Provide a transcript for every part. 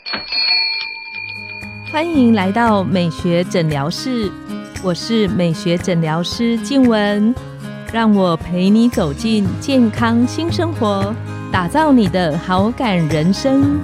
欢迎来到美学诊疗室，我是美学诊疗师静雯，让我陪你走进健康新生活，打造你的好感人生。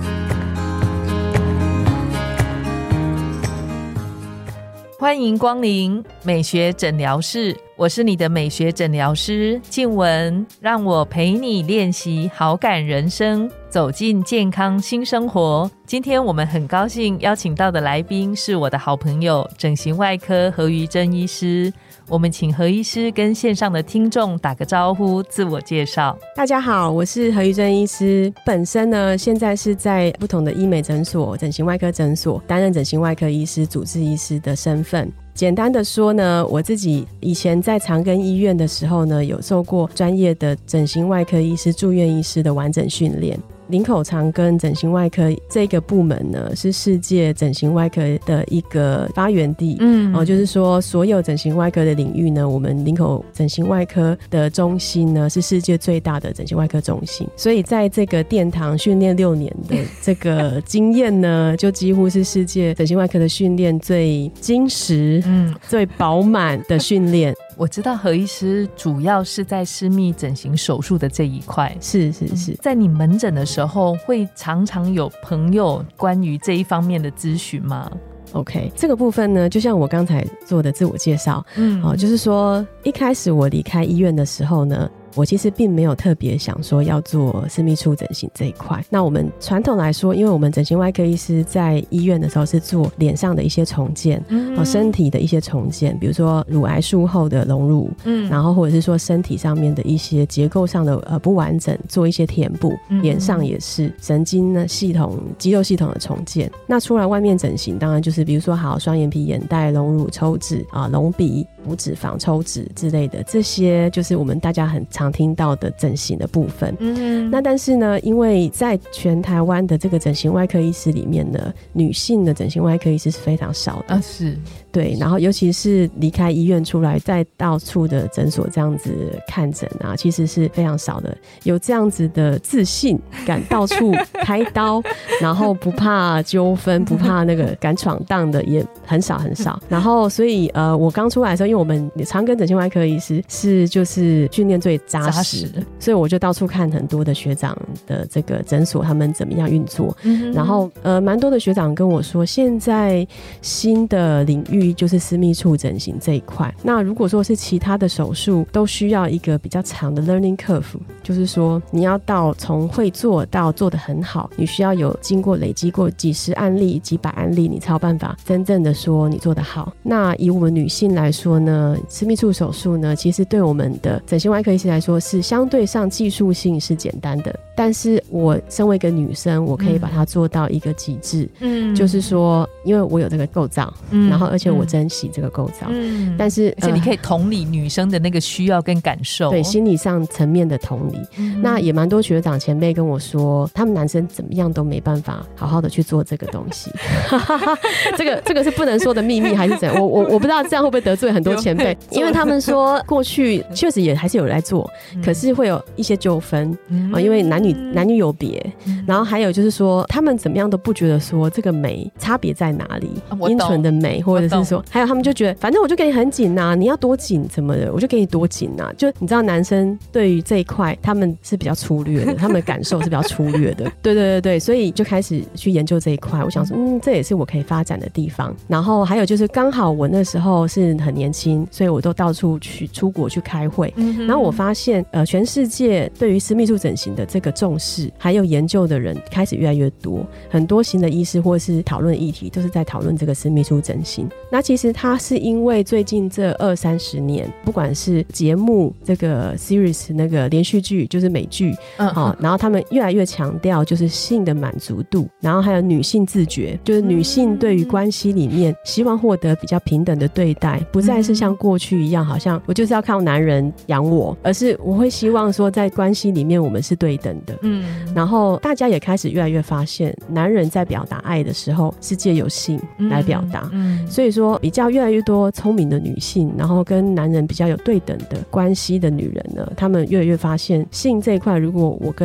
欢迎光临美学诊疗室，我是你的美学诊疗师静雯，让我陪你练习好感人生，走进健康新生活。今天我们很高兴邀请到的来宾是我的好朋友整形外科何瑜珍医师。我们请何医师跟线上的听众打个招呼，自我介绍。 大家好，我是何瑜珍医师，本身呢现在是在不同的医美诊所、整形外科诊所担任整形外科医师、主治医师的身份。简单的说呢，我自己以前在长庚医院的时候呢，有受过专业的整形外科医师、住院医师的完整训练。林口长庚整形外科这个部门呢，是世界整形外科的一个发源地。就是说所有整形外科的领域呢，我们林口整形外科的中心呢，是世界最大的整形外科中心。所以在这个殿堂训练6年的这个经验呢，就几乎是世界整形外科的训练最精实、最饱满的训练。 我知道何医师主要是在私密整形手术的这一块。 是在你门诊的时候会常常有朋友关于这一方面的咨询吗？ OK， 这个部分呢，就像我刚才做的自我介绍，就是说一开始我离开医院的时候呢，我其实并没有特别想说要做私密处整形这一块。那我们传统来说，因为我们整形外科医师在医院的时候是做脸上的一些重建，身体的一些重建，比如说乳癌术后的隆乳，然后或者是说身体上面的一些结构上的不完整，做一些填补，脸上也是神经呢系统、肌肉系统的重建。那出来外面整形，当然就是比如说好双眼皮、眼袋、隆乳、抽脂隆鼻、补脂肪、抽脂之类的，这些就是我们大家很常听到的整形的部分。那但是呢，因为在全台湾的这个整形外科医师里面呢，女性的整形外科医师是非常少的。 是对，然后尤其是离开医院出来在到处的诊所这样子看诊啊，其实是非常少的。有这样子的自信敢到处开刀然后不怕纠纷、不怕那个敢闯荡的也很少很少。然后所以我刚出来的时候，因为我们长庚整形外科医师是就是训练最扎实的，所以我就到处看很多的学长的这个诊所他们怎么样运作。然后蛮多的学长跟我说，现在新的领域就是私密处整形这一块。那如果说是其他的手术，都需要一个比较长的 learning curve， 就是说你要到从会做到做得很好，你需要有经过累积过几十案例、几百案例，你才有办法真正的说你做得好。那以我们女性来说呢，私密处手术呢，其实对我们的整形外科医师来说是相对上技术性是简单的，但是我身为一个女生，我可以把它做到一个极致。就是说因为我有这个构造，然后而且我珍惜这个构造，但是而且你可以同理女生的那个需要跟感受， 对心理上层面的同理。那也蛮多学长前辈跟我说，他们男生怎么样都没办法好好的去做这个东西这个是不能说的秘密还是怎样，我不知道这样会不会得罪很多前辈因为他们说过去确实也还是有人来做，可是会有一些纠纷因为男女有别，然后还有就是说他们怎么样都不觉得说这个美差别在哪里，阴唇的美，或者是说还有他们就觉得反正我就给你很紧啊，你要多紧怎么的我就给你多紧啊。就你知道男生对于这一块他们是比较粗略的他们的感受是比较粗略的对，所以就开始去研究这一块。我想说这也是我可以发展的地方。然后还有就是刚好我那时候是很年轻，所以我都到处去出国去开会，然后我发现全世界对于私密处整形的这个重视还有研究的人开始越来越多，很多新的医师或是讨论议题都是在讨论这个私密处整形。那其实它是因为最近这20-30年，不管是节目这个 series 那个连续剧就是美剧然后他们越来越强调就是性的满足度，然后还有女性自觉，就是女性对于关系里面希望获得比较平等的对待，不再是像过去一样好像我就是要靠男人养我，而是我会希望说在关系里面我们是对等的。然后大家也开始越来越发现男人在表达爱的时候是借由性来表达，所以说比较越来越多聪明的女性，然后跟男人比较有对等的关系的女人呢，她们越来越发现性这一块，如果我跟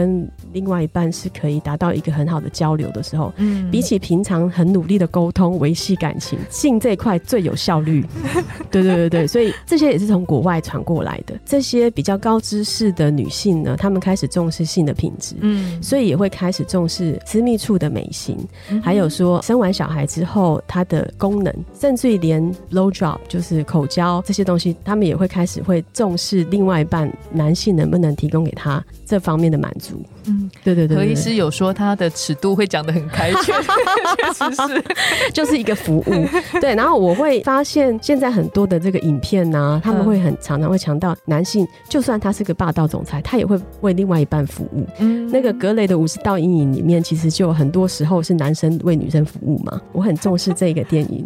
另外一半是可以达到一个很好的交流的时候，比起平常很努力的沟通维系感情，性这一块最有效率。对对对对，所以这些也是从国外传过来的。这些比较高知识的女性呢，她们开始重视性的品质，所以也会开始重视私密处的美型，还有说生完小孩之后它的功能，甚至于连 blow job 就是口交这些东西，他们也会开始会重视另外一半男性能不能提供给他这方面的满足。对对对对， 何医师有说他的尺度会讲得很开，确实是就是一个服务。对，然后我会发现现在很多的这个影片啊，他们会常常会强调男性就算他是个霸道总裁，他也会为另外一半服务。那个格雷的50道阴影里面其实就有很多时候是男生为女生服务嘛，我很重视这个电影。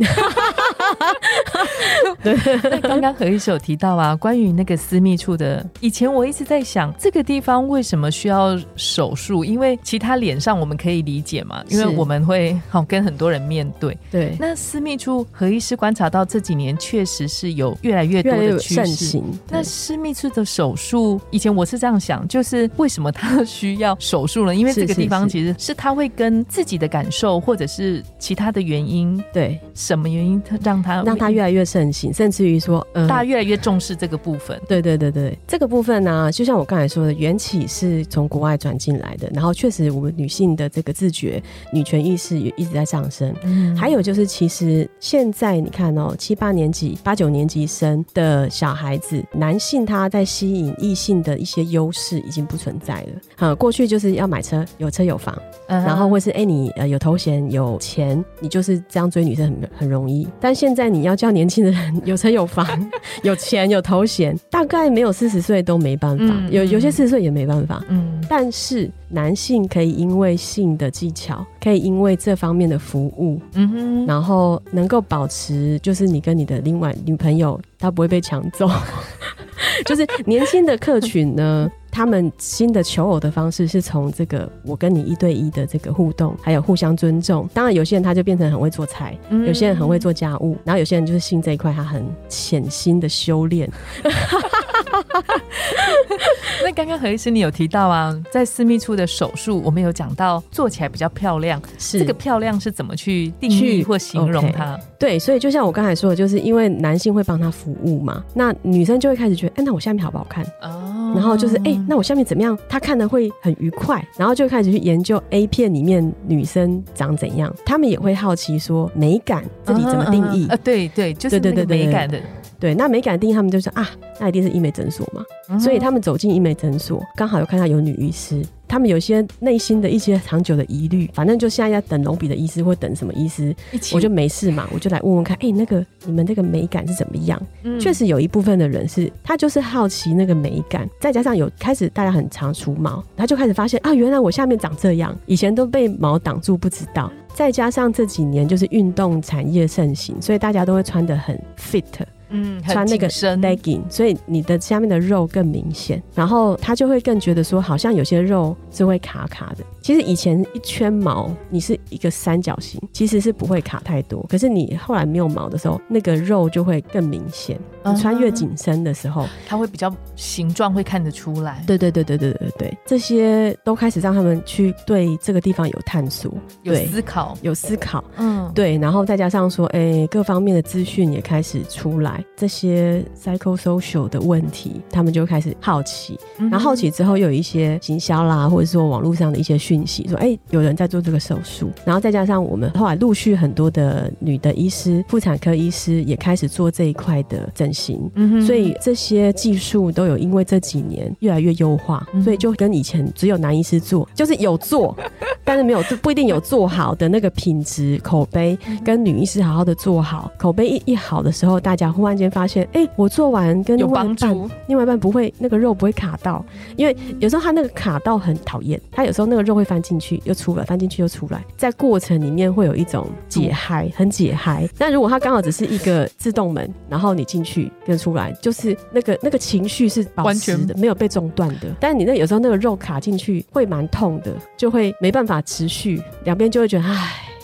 对，刚刚何医师有提到啊，关于那个私密处的，以前我一直在想这个地方为什么需要手术，因为其他脸上我们可以理解嘛，因为我们会跟很多人面对。 对， 那私密处何医师观察到这几年确实是有越来越多的趋势。那私密处的手术，以前我是这样想，就是为什么他需要手术呢？因为这个地方其实是他会跟自己的感受或者是其他的原因， 对， 什么原因让他越来越盛行，甚至于说大家越来越重视这个部分。 对对对对，这个部分呢，就像我刚才说的，缘起是从国外转进来的，然后确实我们女性的这个自觉女权意识也一直在上升。还有就是其实现在你看哦，7、8年级、8、9年级生的小孩子，男性他在吸引异性的一些优势已经不存在了。过去就是要买车，有车有房，然后或是你有头衔有钱，你就是这样追女生很容易。但现在你要叫年轻的人有车有房有钱有头衔，大概没有40岁都没办法，有些40岁也没办法。但是男性可以因为性的技巧，可以因为这方面的服务，然后能够保持就是你跟你的另外女朋友她不会被抢走。就是年轻的客群呢，他们新的求偶的方式是从这个我跟你1对1的这个互动，还有互相尊重。当然有些人他就变成很会做菜，有些人很会做家务，然后有些人就是性这一块他很潜心的修炼。 那刚刚何医师你有提到啊，在私密处的手术我们有讲到做起来比较漂亮，是这个漂亮是怎么去定义或形容它？ 对，所以就像我刚才说的，就是因为男性会帮他服务嘛，那女生就会开始觉得那我下面好不好看然后就是那我下面怎么样他看得会很愉快，然后就开始去研究 A 片里面女生长怎样，他们也会好奇说美感这里怎么定义对对，就是那个美感的。 对，那美感定义他们就说那一定是医美诊所嘛，所以他们走进医美诊所刚好有看到有女医师，他们有些内心的一些长久的疑虑，反正就现在在等隆鼻的医师或等什么医师，我就没事嘛，我就来问问看那个你们这个美感是怎么样。确实有一部分的人是他就是好奇那个美感，再加上有开始大家很常除毛，他就开始发现原来我下面长这样，以前都被毛挡住不知道，再加上这几年就是运动产业盛行，所以大家都会穿得很 fit，穿那个 legging， 所以你的下面的肉更明显，然后他就会更觉得说好像有些肉是会卡卡的。其实以前一圈毛你是一个三角形其实是不会卡太多，可是你后来没有毛的时候那个肉就会更明显，你穿越紧身的时候它会比较形状会看得出来。 对对对对对对对，这些都开始让他们去对这个地方有探索， 有思考有思考。对，然后再加上说各方面的资讯也开始出来，这些 psychosocial 的问题他们就开始好奇，然后好奇之后又有一些行销啦或者说网络上的一些讯息说有人在做这个手术，然后再加上我们后来陆续很多的女的医师妇产科医师也开始做这一块的整形，所以这些技术都有因为这几年越来越优化，所以就跟以前只有男医师做，就是有做但是没有不一定有做好的那个品质口碑，跟女医师好好的做好口碑一好的时候，大家忽然间发现我做完跟另外一半不会那个肉不会卡到，因为有时候他那个卡到很讨厌，他有时候那个肉会翻进去又出来，翻进去又出来，在过程里面会有一种解嗨，很解嗨。但如果他刚好只是一个自动门，然后你进去跟出来，就是那个情绪是保持的，没有被中断的。但你有时候那个肉卡进去会蛮痛的，就会没办法持续，两边就会觉得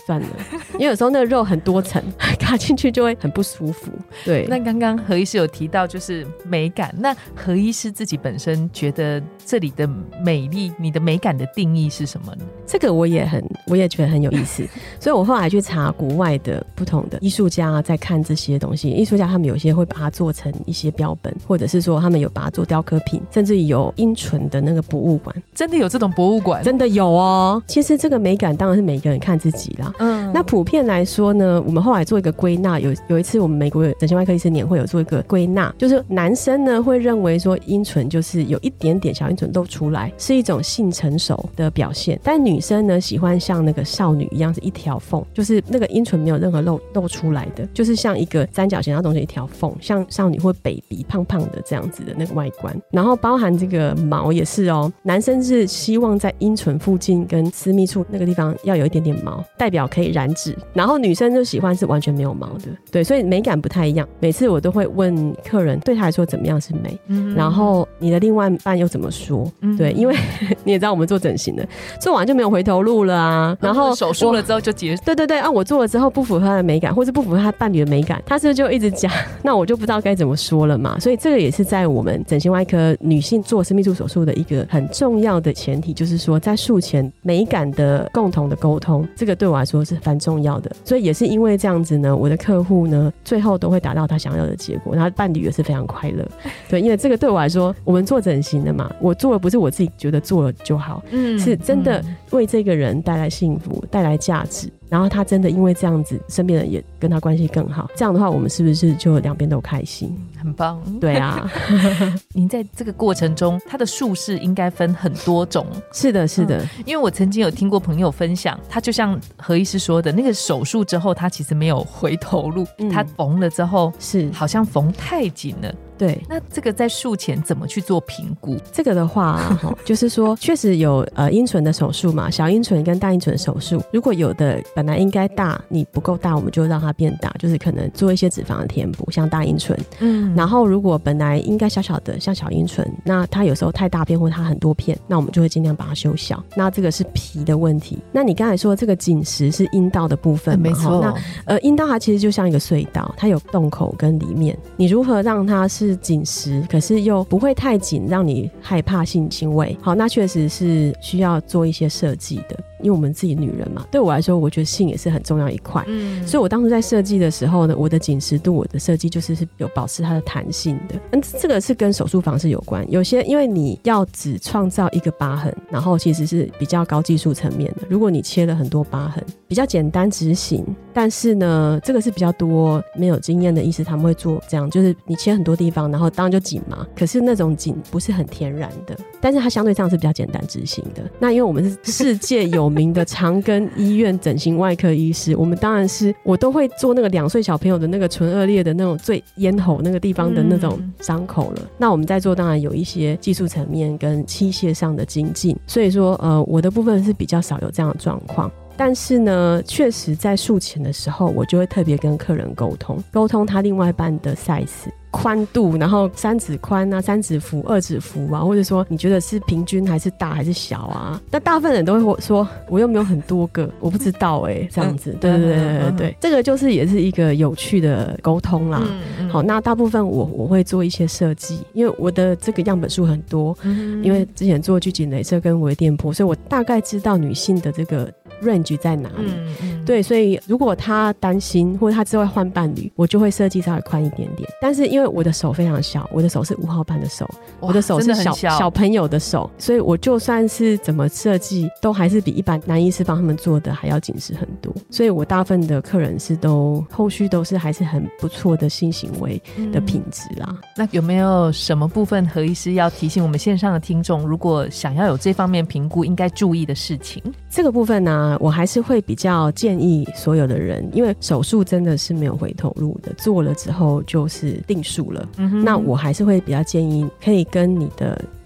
算了，因为有时候那个肉很多层，卡进去就会很不舒服。对， 那刚刚何医师有提到就是美感，那何医师自己本身觉得这里的美丽，你的美感的定义是什么呢？ 这个我也觉得很有意思，所以我后来去查国外的不同的艺术家在看这些东西，艺术家他们有些会把它做成一些标本，或者是说他们有把它做雕刻品，甚至有阴唇的那个博物馆。 真的有这种博物馆？ 真的有哦。其实这个美感当然是每个人看自己啦。那普遍来说呢，我们后来做一个归纳，有一次我们美国整形外科医师年会有做一个归纳，就是男生呢会认为说阴唇就是有一点点小阴唇露出来是一种性成熟的表现，但女生呢喜欢像那个少女一样是一条缝，就是那个阴唇没有任何露出来的，就是像一个三角形然后中间一条缝，像少女或 baby 胖胖的这样子的那个外观。然后包含这个毛也是哦，男生是希望在阴唇附近跟私密处那个地方要有一点点毛，代表可以燃脂，然后女生就喜欢是完全没有毛的。对，所以美感不太一样。每次我都会问客人对他来说怎么样是美，然后你的另外一半又怎么说。对，因为你也知道我们做整形的做完就没有回头路了啊，然后手术了之后就结束。 对啊，我做了之后不符合他的美感，或是不符合他伴侣的美感，他是不是就一直讲，那我就不知道该怎么说了嘛。所以这个也是在我们整形外科女性做私密处手术的一个很重要的前提，就是说在术前美感的共同的沟通，这个对我来说是蛮重要的。所以也是因为这样子呢，我的客户呢最后都会达到他想要的结果，然后伴侣也是非常快乐。对，因为这个对我来说，我们做整形的嘛，我做的不是我自己觉得做了就好，是真的为这个人带来幸福，带来价值，然后他真的因为这样子身边人也跟他关系更好，这样的话我们是不是就两边都开心？ 很棒。 对啊。 您在这个过程中他的术式应该分很多种。 是的是的， 因为我曾经有听过朋友分享，他就像何医师说的，那个手术之后他其实没有回头路，他缝了之后是好像缝太紧了。 对， 那这个在术前怎么去做评估？ 这个的话就是说确实有阴唇的手术嘛，小阴唇跟大阴唇的手术，如果有的本来应该大你不够大，我们就让它变大，就是可能做一些脂肪的填补，像大阴唇。然后如果本来应该小小的像小阴唇，那它有时候太大片或它很多片，那我们就会尽量把它修小，那这个是皮的问题。那你刚才说这个紧实是阴道的部分嘛， 没错。 那阴道它其实就像一个隧道，它有洞口跟里面，你如何让它是紧实可是又不会太紧让你害怕性行为，好，那确实是需要做一些设计的。因为我们自己女人嘛，对我来说我觉得性也是很重要一块，所以我当初在设计的时候呢，我的紧实度我的设计就是有保持它的弹性的。这个是跟手术方式有关，有些因为你要只创造一个疤痕，然后其实是比较高技术层面的，如果你切了很多疤痕比较简单执行，但是呢这个是比较多没有经验的医师他们会做这样，就是你切很多地方然后当然就紧嘛，可是那种紧不是很天然的，但是它相对上是比较简单执行的。那因为我们是世界有名的长庚医院整形外科医师，我们当然是我都会做那个2岁小朋友的那个唇腭裂的那种最咽喉那个地方的那种伤口了，那我们在做当然有一些技术层面跟器械上的精进，所以说我的部分是比较少有这样的状况。但是呢确实在术前的时候我就会特别跟客人沟通他另外一半的 size宽度，然后3指宽啊3指幅2指幅啊，或者说你觉得是平均还是大还是小啊，但大部分人都会说我又没有很多个我不知道这样子。对对对对对，这个就是也是一个有趣的沟通啦。好，那大部分我会做一些设计，因为我的这个样本数很多，因为之前做巨颈雷射跟微电波，所以我大概知道女性的这个 range 在哪里。对，所以如果她担心或者她之后换伴侣，我就会设计稍微宽一点点，但是因为我的手非常小，我的手是5号半的手，我的手是小朋友的手，所以我就算是怎么设计都还是比一般男医师帮他们做的还要紧实很多，所以我大部分的客人是都后续都是还是很不错的性行为的品质啦。 那有没有什么部分何医师要提醒我们线上的听众，如果想要有这方面评估应该注意的事情？ 这个部分呢我还是会比较建议所有的人，因为手术真的是没有回头路的，做了之后就是定数了。那我还是会比较建议可以跟你的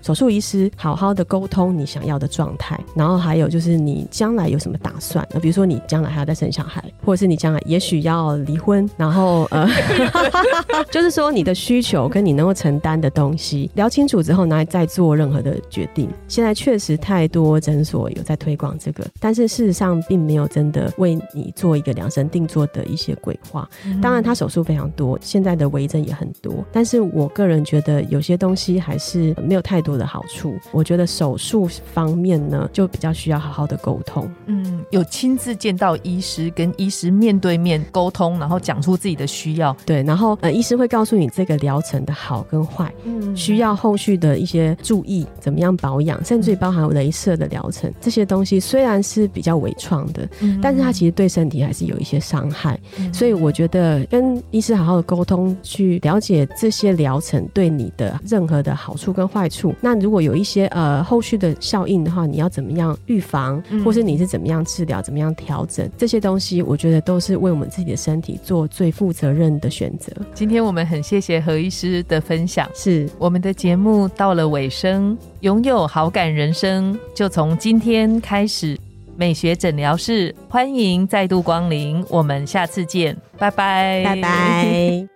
手术医师好好的沟通你想要的状态，然后还有就是你将来有什么打算，比如说你将来还要再生小孩，或者是你将来也许要离婚，然后就是说你的需求跟你能够承担的东西聊清楚之后，拿来再做任何的决定。现在确实太多诊所有在推广这个，但是事实上并没有真的为你做一个量身定做的一些规划。当然它手术非常多，现在的微整也很多，但是我个人觉得有些东西还是没有太多的好处。我觉得手术方面呢就比较需要好好的沟通， 有亲自见到医师，跟医师面对面沟通，然后讲出自己的需要， 对，然后医师会告诉你这个疗程的好跟坏，需要后续的一些注意，怎么样保养，甚至于包含雷射的疗程，这些东西虽然是比较微创的，但是它其实对身体还是有一些伤害，所以我觉得跟医师好好的沟通，去了解这些疗程对你的任何的好处跟坏处，那如果有一些后续的效应的话，你要怎么样预防，或是你是怎么样治疗，怎么样调整，这些东西我觉得都是为我们自己的身体做最负责任的选择。 今天我们很谢谢何医师的分享， 是我们的节目到了尾声，拥有好感人生就从今天开始。美学诊疗室欢迎再度光临，我们下次见，拜拜， 拜拜。